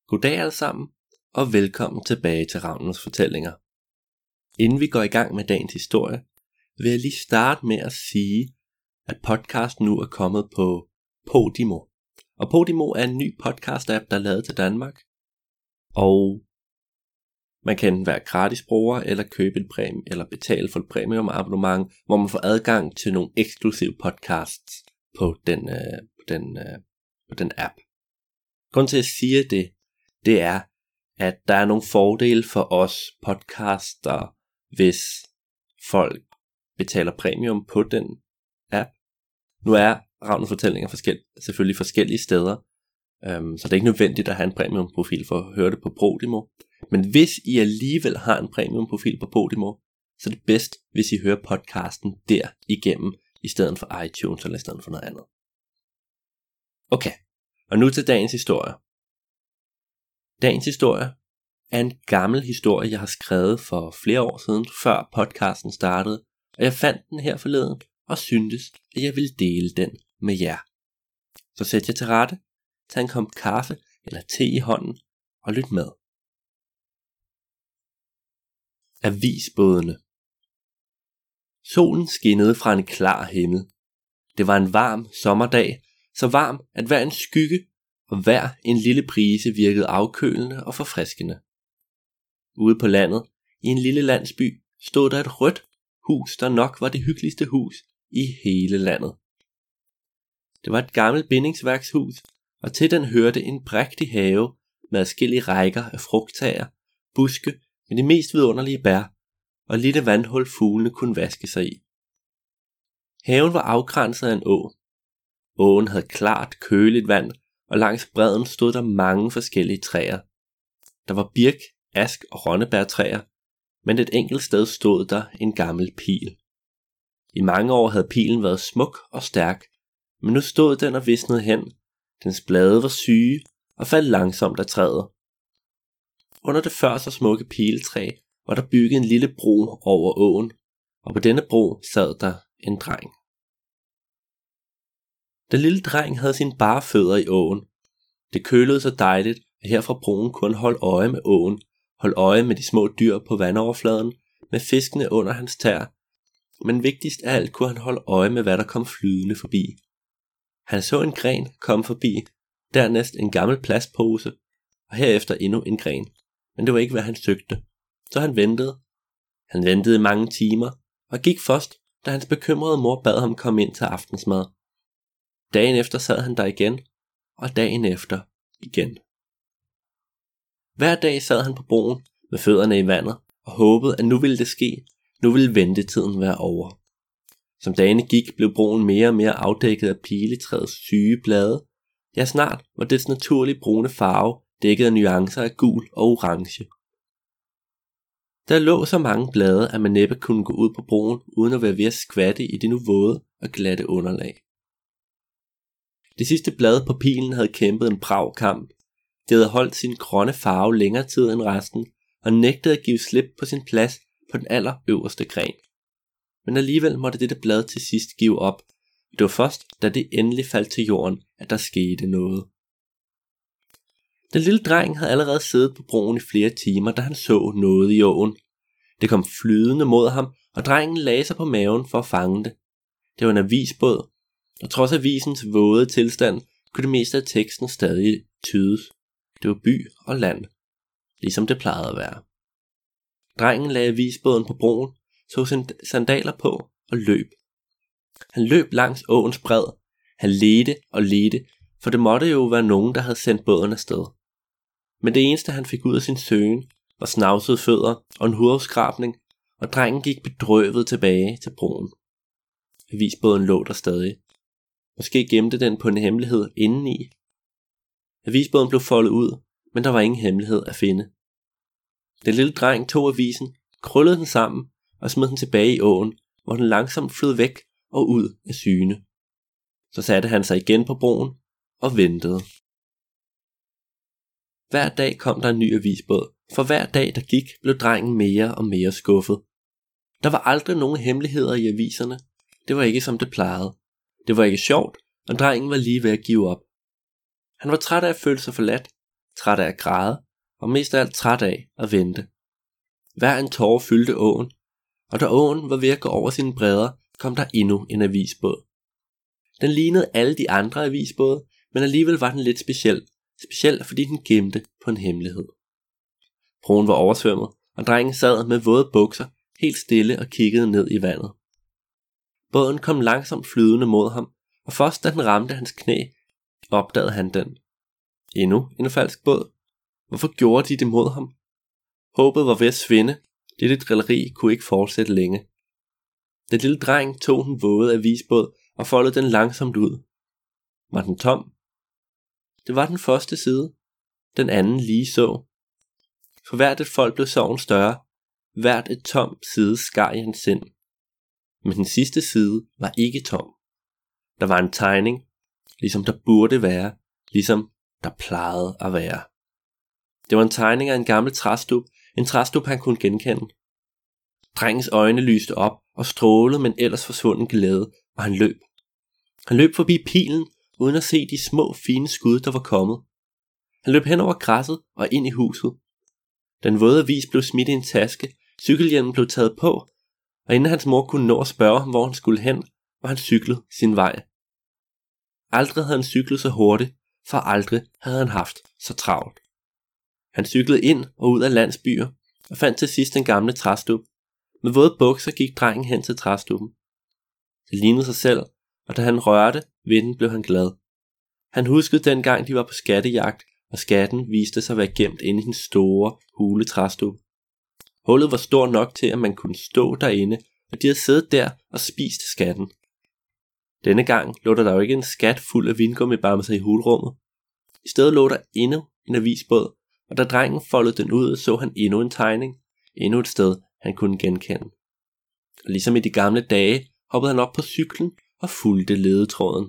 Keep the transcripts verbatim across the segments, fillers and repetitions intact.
Goddag alle sammen, og velkommen tilbage til Ravnens Fortællinger. Inden vi går i gang med dagens historie, vil jeg lige starte med at sige, at podcasten nu er kommet på Podimo. Og Podimo er en ny podcast-app, der er lavet til Danmark. Og man kan være gratis bruger, eller købe en præmie, eller betale for et premium abonnement, hvor man får adgang til nogle eksklusive podcasts på den, øh, på den, øh, på den app. Grunden til at jeg siger det, det er, at der er nogle fordele for os podcaster, hvis folk betaler premium på den app. Nu er Ravnens Fortællinger forskellige, selvfølgelig forskellige steder, øhm, så det er ikke nødvendigt at have en premium profil for at høre det på Podimo. Men hvis I alligevel har en premium profil på Podimo, så er det bedst, hvis I hører podcasten der igennem, i stedet for iTunes eller i stedet for noget andet. Okay, og nu til dagens historie. Dagens historie er en gammel historie, jeg har skrevet for flere år siden, før podcasten startede, og jeg fandt den her forleden og syntes, at jeg ville dele den med jer. Så sæt jer til rette, tag en kop kaffe eller te i hånden og lyt med. Avisbådene. Solen skinnede fra en klar himmel. Det var en varm sommerdag, så varm at hver en skygge og hver en lille brise virkede afkølende og forfriskende. Ude på landet, i en lille landsby, stod der et rødt hus, der nok var det hyggeligste hus i hele landet. Det var et gammelt bindingsværkshus, og til den hørte en prægtig have med adskillige rækker af frugttager, buske med de mest vidunderlige bær, og et lille vandhul fuglene kunne vaske sig i. Haven var afgrænset af en å. Åen havde klart, køligt vand, og langs bredden stod der mange forskellige træer. Der var birk, ask og rønnebærtræer, men et enkelt sted stod der en gammel pil. I mange år havde pilen været smuk og stærk, men nu stod den og visnede hen. Dens blade var syge og faldt langsomt af træet. Under det før så smukke piletræ var der bygget en lille bro over åen, og på denne bro sad der en dreng. Den lille dreng havde sine bare fødder i åen. Det kølede så dejligt, at her fra broen kunne han holde øje med åen, holde øje med de små dyr på vandoverfladen, med fiskene under hans tær, men vigtigst af alt kunne han holde øje med, hvad der kom flydende forbi. Han så en gren komme forbi, dernæst en gammel plastpose, og herefter endnu en gren, men det var ikke, hvad han søgte, så han ventede. Han ventede i mange timer, og gik først, da hans bekymrede mor bad ham komme ind til aftensmad. Dagen efter sad han der igen, og dagen efter igen. Hver dag sad han på broen med fødderne i vandet og håbede, at nu ville det ske, nu ville ventetiden være over. Som dagene gik, blev broen mere og mere afdækket af piletræets syge blade. Ja, snart var dets naturlige brune farve dækket af nuancer af gul og orange. Der lå så mange blade, at man næppe kunne gå ud på broen uden at være ved at skvatte i det nu våde og glatte underlag. Det sidste blad på pilen havde kæmpet en brav kamp. Det havde holdt sin grønne farve længere tid end resten, og nægtede at give slip på sin plads på den allerøverste gren. Men alligevel måtte dette blad til sidst give op. Det var først, da det endelig faldt til jorden, at der skete noget. Den lille dreng havde allerede siddet på broen i flere timer, da han så noget i åen. Det kom flydende mod ham, og drengen lagde sig på maven for at fange det. Det var en avisbåd, og trods avisens våde tilstand, kunne det meste af teksten stadig tydes. Det var by og land, ligesom det plejede at være. Drengen lagde avisbåden på broen, tog sine sandaler på og løb. Han løb langs åens bred. Han ledte og ledte, for det måtte jo være nogen, der havde sendt båden afsted. Men det eneste han fik ud af sin søgen, var snavsede fødder og en hudafskrabning, og drengen gik bedrøvet tilbage til broen. Avisbåden lå der stadig. Måske gemte den på en hemmelighed indeni. Avisbåden blev foldet ud, men der var ingen hemmelighed at finde. Den lille dreng tog avisen, krøllede den sammen og smed den tilbage i åen, hvor den langsomt flød væk og ud af syne. Så satte han sig igen på broen og ventede. Hver dag kom der en ny avisbåd, for hver dag der gik, blev drengen mere og mere skuffet. Der var aldrig nogen hemmeligheder i aviserne. Det var ikke som det plejede. Det var ikke sjovt, og drengen var lige ved at give op. Han var træt af at føle sig forladt, træt af at græde, og mest af alt træt af at vente. Hver en tåre fyldte åen, og da åen var ved at gå over sine bredder, kom der endnu en avisbåd. Den lignede alle de andre avisbåde, men alligevel var den lidt speciel, speciel fordi den gemte på en hemmelighed. Broen var oversvømmet, og drengen sad med våde bukser, helt stille og kiggede ned i vandet. Båden kom langsomt flydende mod ham, og først da den ramte hans knæ, opdagede han den. Endnu en falsk båd. Hvorfor gjorde de det mod ham? Håbet var ved at svinde. Dette drilleri kunne ikke fortsætte længe. Den lille dreng tog den våde avisbåd og foldede den langsomt ud. Var den tom? Det var den første side. Den anden lige så. For hvert et fold blev sorgen større. Hvert et tom side skar i hans sind. Men den sidste side var ikke tom. Der var en tegning, ligesom der burde være, ligesom der plejede at være. Det var en tegning af en gammel træstup, en træstup han kunne genkende. Drengens øjne lyste op og strålede med en ellers forsvunden glæde, og han løb. Han løb forbi pilen, uden at se de små fine skud, der var kommet. Han løb hen over græsset og ind i huset. Den våde avis blev smidt i en taske, cykelhjelmen blev taget på, og inden hans mor kunne nå at spørge ham, hvor han skulle hen, var han cyklet sin vej. Aldrig havde han cyklet så hurtigt, for aldrig havde han haft så travlt. Han cyklede ind og ud af landsbyer, og fandt til sidst den gamle træstup. Med våde bukser gik drengen hen til træstuppen. Det lignede sig selv, og da han rørte ved den, blev han glad. Han huskede dengang de var på skattejagt, og skatten viste sig at være gemt inde i den store, hule træstup. Hullet var stort nok til, at man kunne stå derinde, og de havde siddet der og spist skatten. Denne gang lå der dog ikke en skat fuld af vingummibamser i hulrummet. I stedet lå der endnu en avisbåd, og da drengen foldede den ud, så han endnu en tegning, endnu et sted, han kunne genkende. Og ligesom i de gamle dage, hoppede han op på cyklen og fulgte ledetråden.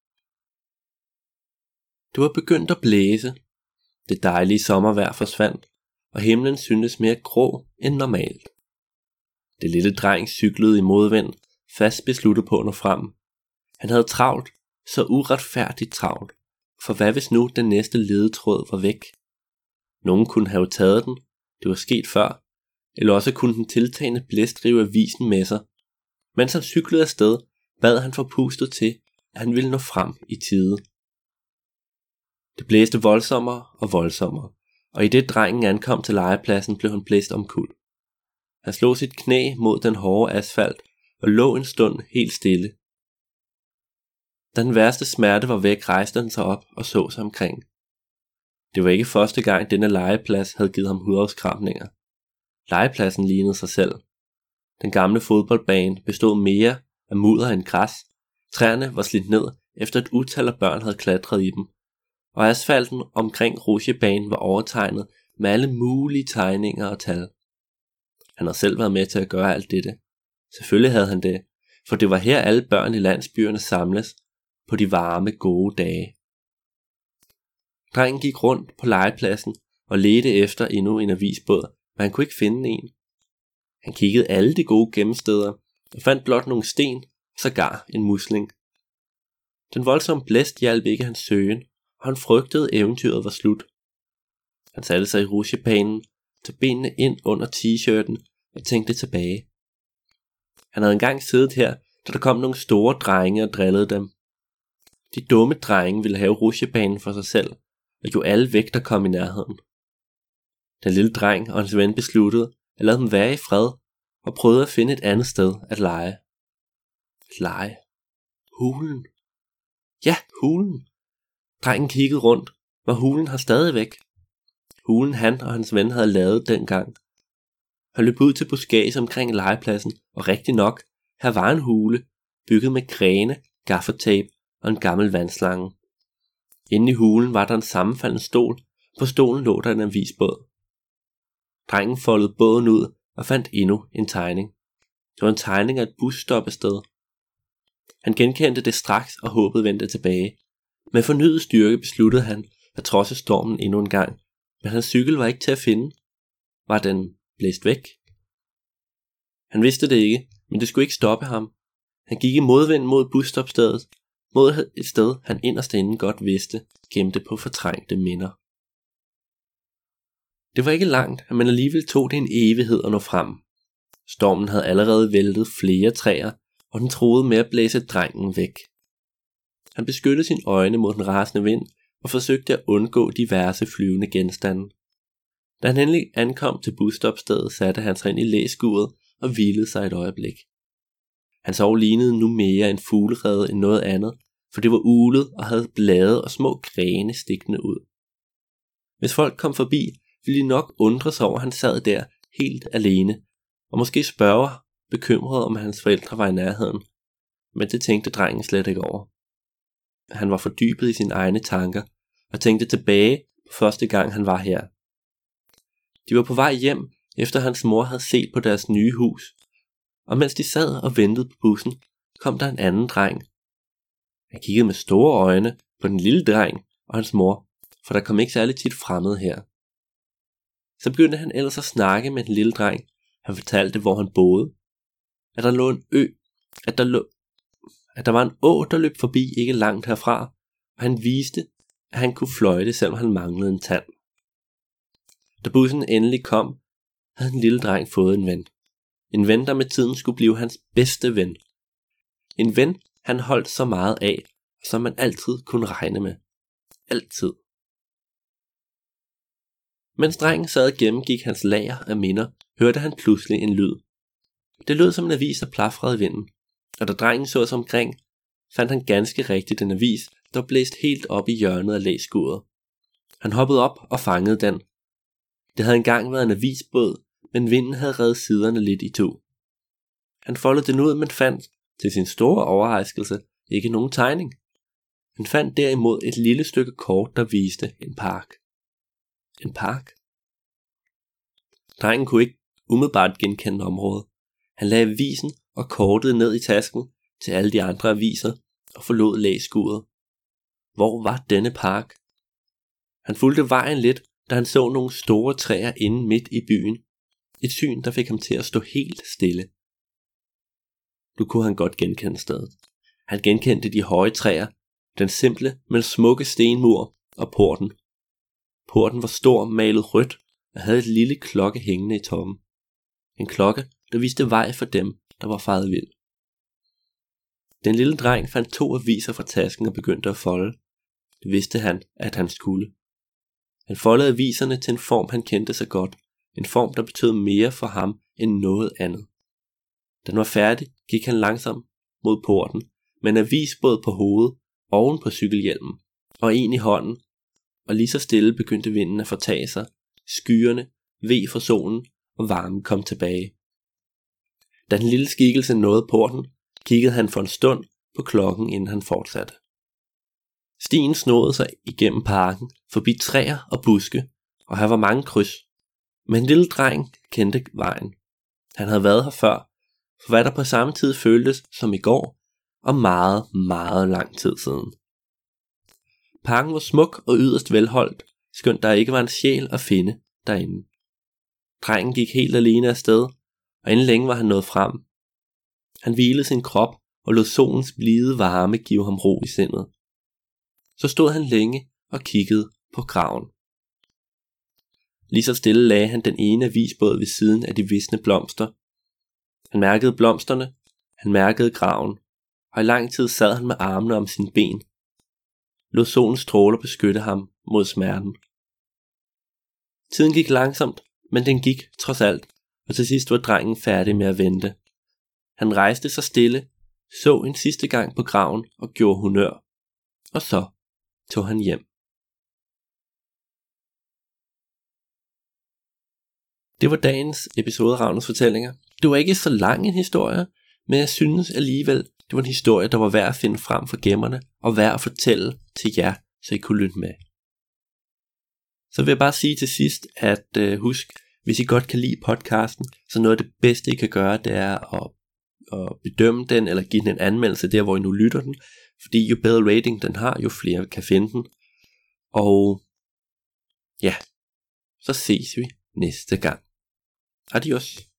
Det var begyndt at blæse. Det dejlige sommervejr forsvandt, og himlen syntes mere grå end normalt. Det lille dreng cyklede i modvind, fast besluttet på at nå frem. Han havde travlt, så uretfærdigt travlt, for hvad hvis nu den næste ledetråd var væk? Nogen kunne have taget den, det var sket før, eller også kunne den tiltagende blæst rive avisen med sig. Mens han cyklede afsted, bad han forpustet til, at han ville nå frem i tide. Det blæste voldsommere og voldsommere, og i det drengen ankom til legepladsen, blev han blæst omkuld. Han slog sit knæ mod den hårde asfalt og lå en stund helt stille. Da den værste smerte var væk, rejste han sig op og så sig omkring. Det var ikke første gang denne legeplads havde givet ham hudafskrampninger. Legepladsen lignede sig selv. Den gamle fodboldbane bestod mere af mudder end græs. Træerne var slidt ned, efter et utal af børn havde klatret i dem, og asfalten omkring rutsjebanen var overtegnet med alle mulige tegninger og tal. Han havde selv været med til at gøre alt dette. Selvfølgelig havde han det, for det var her alle børn i landsbyerne samles på de varme, gode dage. Drengen gik rundt på legepladsen og ledte efter endnu en avisbåd, men han kunne ikke finde en. Han kiggede alle de gode gemmesteder og fandt blot nogle sten, sågar en musling. Den voldsomme blæst hjalp ikke hans søgen, og han frygtede eventyret var slut. Han satte sig i rutsjebanen, tog benene ind under t-shirten og tænkte tilbage. Han havde engang siddet her, da der kom nogle store drenge og drillede dem. De dumme drenge ville have rutsjebanen for sig selv, og jo alle væk, der kom i nærheden. Den lille dreng og hans ven besluttede at lade dem være i fred, og prøvede at finde et andet sted at lege. At lege. Hulen. Ja, hulen. Drengen kiggede rundt, hvor hulen har stadigvæk. Hulen han og hans ven havde lavet dengang. Han løb ud til buskage omkring legepladsen, og rigtig nok, her var en hule, bygget med grene, gaffertape og en gammel vandslange. Inde i hulen var der en sammenfaldende stol, på stolen lå der en avisbåd. Drengen foldede båden ud og fandt endnu en tegning. Det var en tegning af et busstoppested. Han genkendte det straks og håbet vendte tilbage. Med fornyet styrke besluttede han at trodse stormen endnu en gang, men hans cykel var ikke til at finde. Var den blæst væk? Han vidste det ikke, men det skulle ikke stoppe ham. Han gik i modvind mod busstopstedet, mod et sted han inderst inde godt vidste, gemte på fortrængte minder. Det var ikke langt, men alligevel tog det en evighed at nå frem. Stormen havde allerede væltet flere træer, og den troede med at blæse drengen væk. Han beskyttede sine øjne mod den rasende vind og forsøgte at undgå diverse flyvende genstande. Da han endelig ankom til busstopstedet, satte han sig ind i læskuret og hvilede sig et øjeblik. Hans sov lignede nu mere en fuglerede end noget andet, for det var ulet og havde blade og små grene stikkende ud. Hvis folk kom forbi, ville de nok undre sig over, at han sad der helt alene, og måske spørge bekymret, om hans forældre var i nærheden. Men det tænkte drengen slet ikke over. Han var fordybet i sine egne tanker, og tænkte tilbage på første gang han var her. De var på vej hjem, efter hans mor havde set på deres nye hus, og mens de sad og ventede på bussen, kom der en anden dreng. Han kiggede med store øjne på den lille dreng og hans mor, for der kom ikke særlig tit fremmede her. Så begyndte han ellers at snakke med den lille dreng. Han fortalte, hvor han boede. At der lå en ø, at der, lå, at der var en å, der løb forbi ikke langt herfra, og han viste, at han kunne fløjte, selvom han manglede en tand. Da bussen endelig kom, havde den lille dreng fået en ven. En ven, der med tiden skulle blive hans bedste ven. En ven, han holdt så meget af, som man altid kunne regne med. Altid. Mens drengen sad og gennemgik hans lager af minder, hørte han pludselig en lyd. Det lød som en avis, der plafrede i vinden, og da drengen så sig omkring, fandt han ganske rigtigt en avis, der blæste helt op i hjørnet af læskuret. Han hoppede op og fangede den. Det havde engang været en avisbåd, men vinden havde revet siderne lidt i to. Han foldede den ud, men fandt, til sin store overraskelse, ikke nogen tegning. Han fandt derimod et lille stykke kort, der viste en park. En park? Drengen kunne ikke umiddelbart genkende området. Han lagde avisen og kortet ned i tasken til alle de andre aviser og forlod læskuret. Hvor var denne park? Han fulgte vejen lidt, da han så nogle store træer inde midt i byen. Et syn, der fik ham til at stå helt stille. Nu kunne han godt genkende stedet. Han genkendte de høje træer, den simple, men smukke stenmur og porten. Porten var stor, malet rødt og havde et lille klokke hængende i toppen. En klokke, der viste vej for dem, der var faret vild. Den lille dreng fandt to aviser fra tasken og begyndte at folde. Det vidste han, at han skulle. Han foldede aviserne til en form, han kendte så godt. En form, der betød mere for ham end noget andet. Da den var færdig, gik han langsomt mod porten, med en avisbåd på hovedet, oven på cykelhjelmen, og en i hånden, og lige så stille begyndte vinden at fortage sig. Skyerne veg for solen, og varmen kom tilbage. Da den lille skikkelse nåede porten, kiggede han for en stund på klokken, inden han fortsatte. Stien snodede sig igennem parken, forbi træer og buske, og her var mange kryds. Men en lille dreng kendte vejen. Han havde været her før, for hvad der på samme tid føltes som i går, og meget, meget lang tid siden. Parken var smuk og yderst velholdt, skønt der ikke var en sjæl at finde derinde. Drengen gik helt alene afsted, og inden længe var han nået frem. Han hvilede sin krop og lod solens blide varme give ham ro i sindet. Så stod han længe og kiggede på graven. Lige så stille lagde han den ene avisbåd ved siden af de visne blomster. Han mærkede blomsterne, han mærkede graven, og i lang tid sad han med armene om sine ben. Lod solens stråler beskytte ham mod smerten. Tiden gik langsomt, men den gik trods alt, og til sidst var drengen færdig med at vente. Han rejste sig stille, så en sidste gang på graven og gjorde honør, og så tog han hjem. Det var dagens episode af Ravnens Fortællinger. Det var ikke så lang en historie, men jeg synes alligevel, det var en historie, der var værd at finde frem for gemmerne, og værd at fortælle til jer, så I kunne lytte med. Så vil jeg bare sige til sidst, at øh, husk, hvis I godt kan lide podcasten, så noget af det bedste I kan gøre, det er at, at bedømme den, eller give den en anmeldelse der, hvor I nu lytter den. Fordi jo bedre rating den har, jo flere kan finde den. Og ja, så ses vi næste gang. Adios.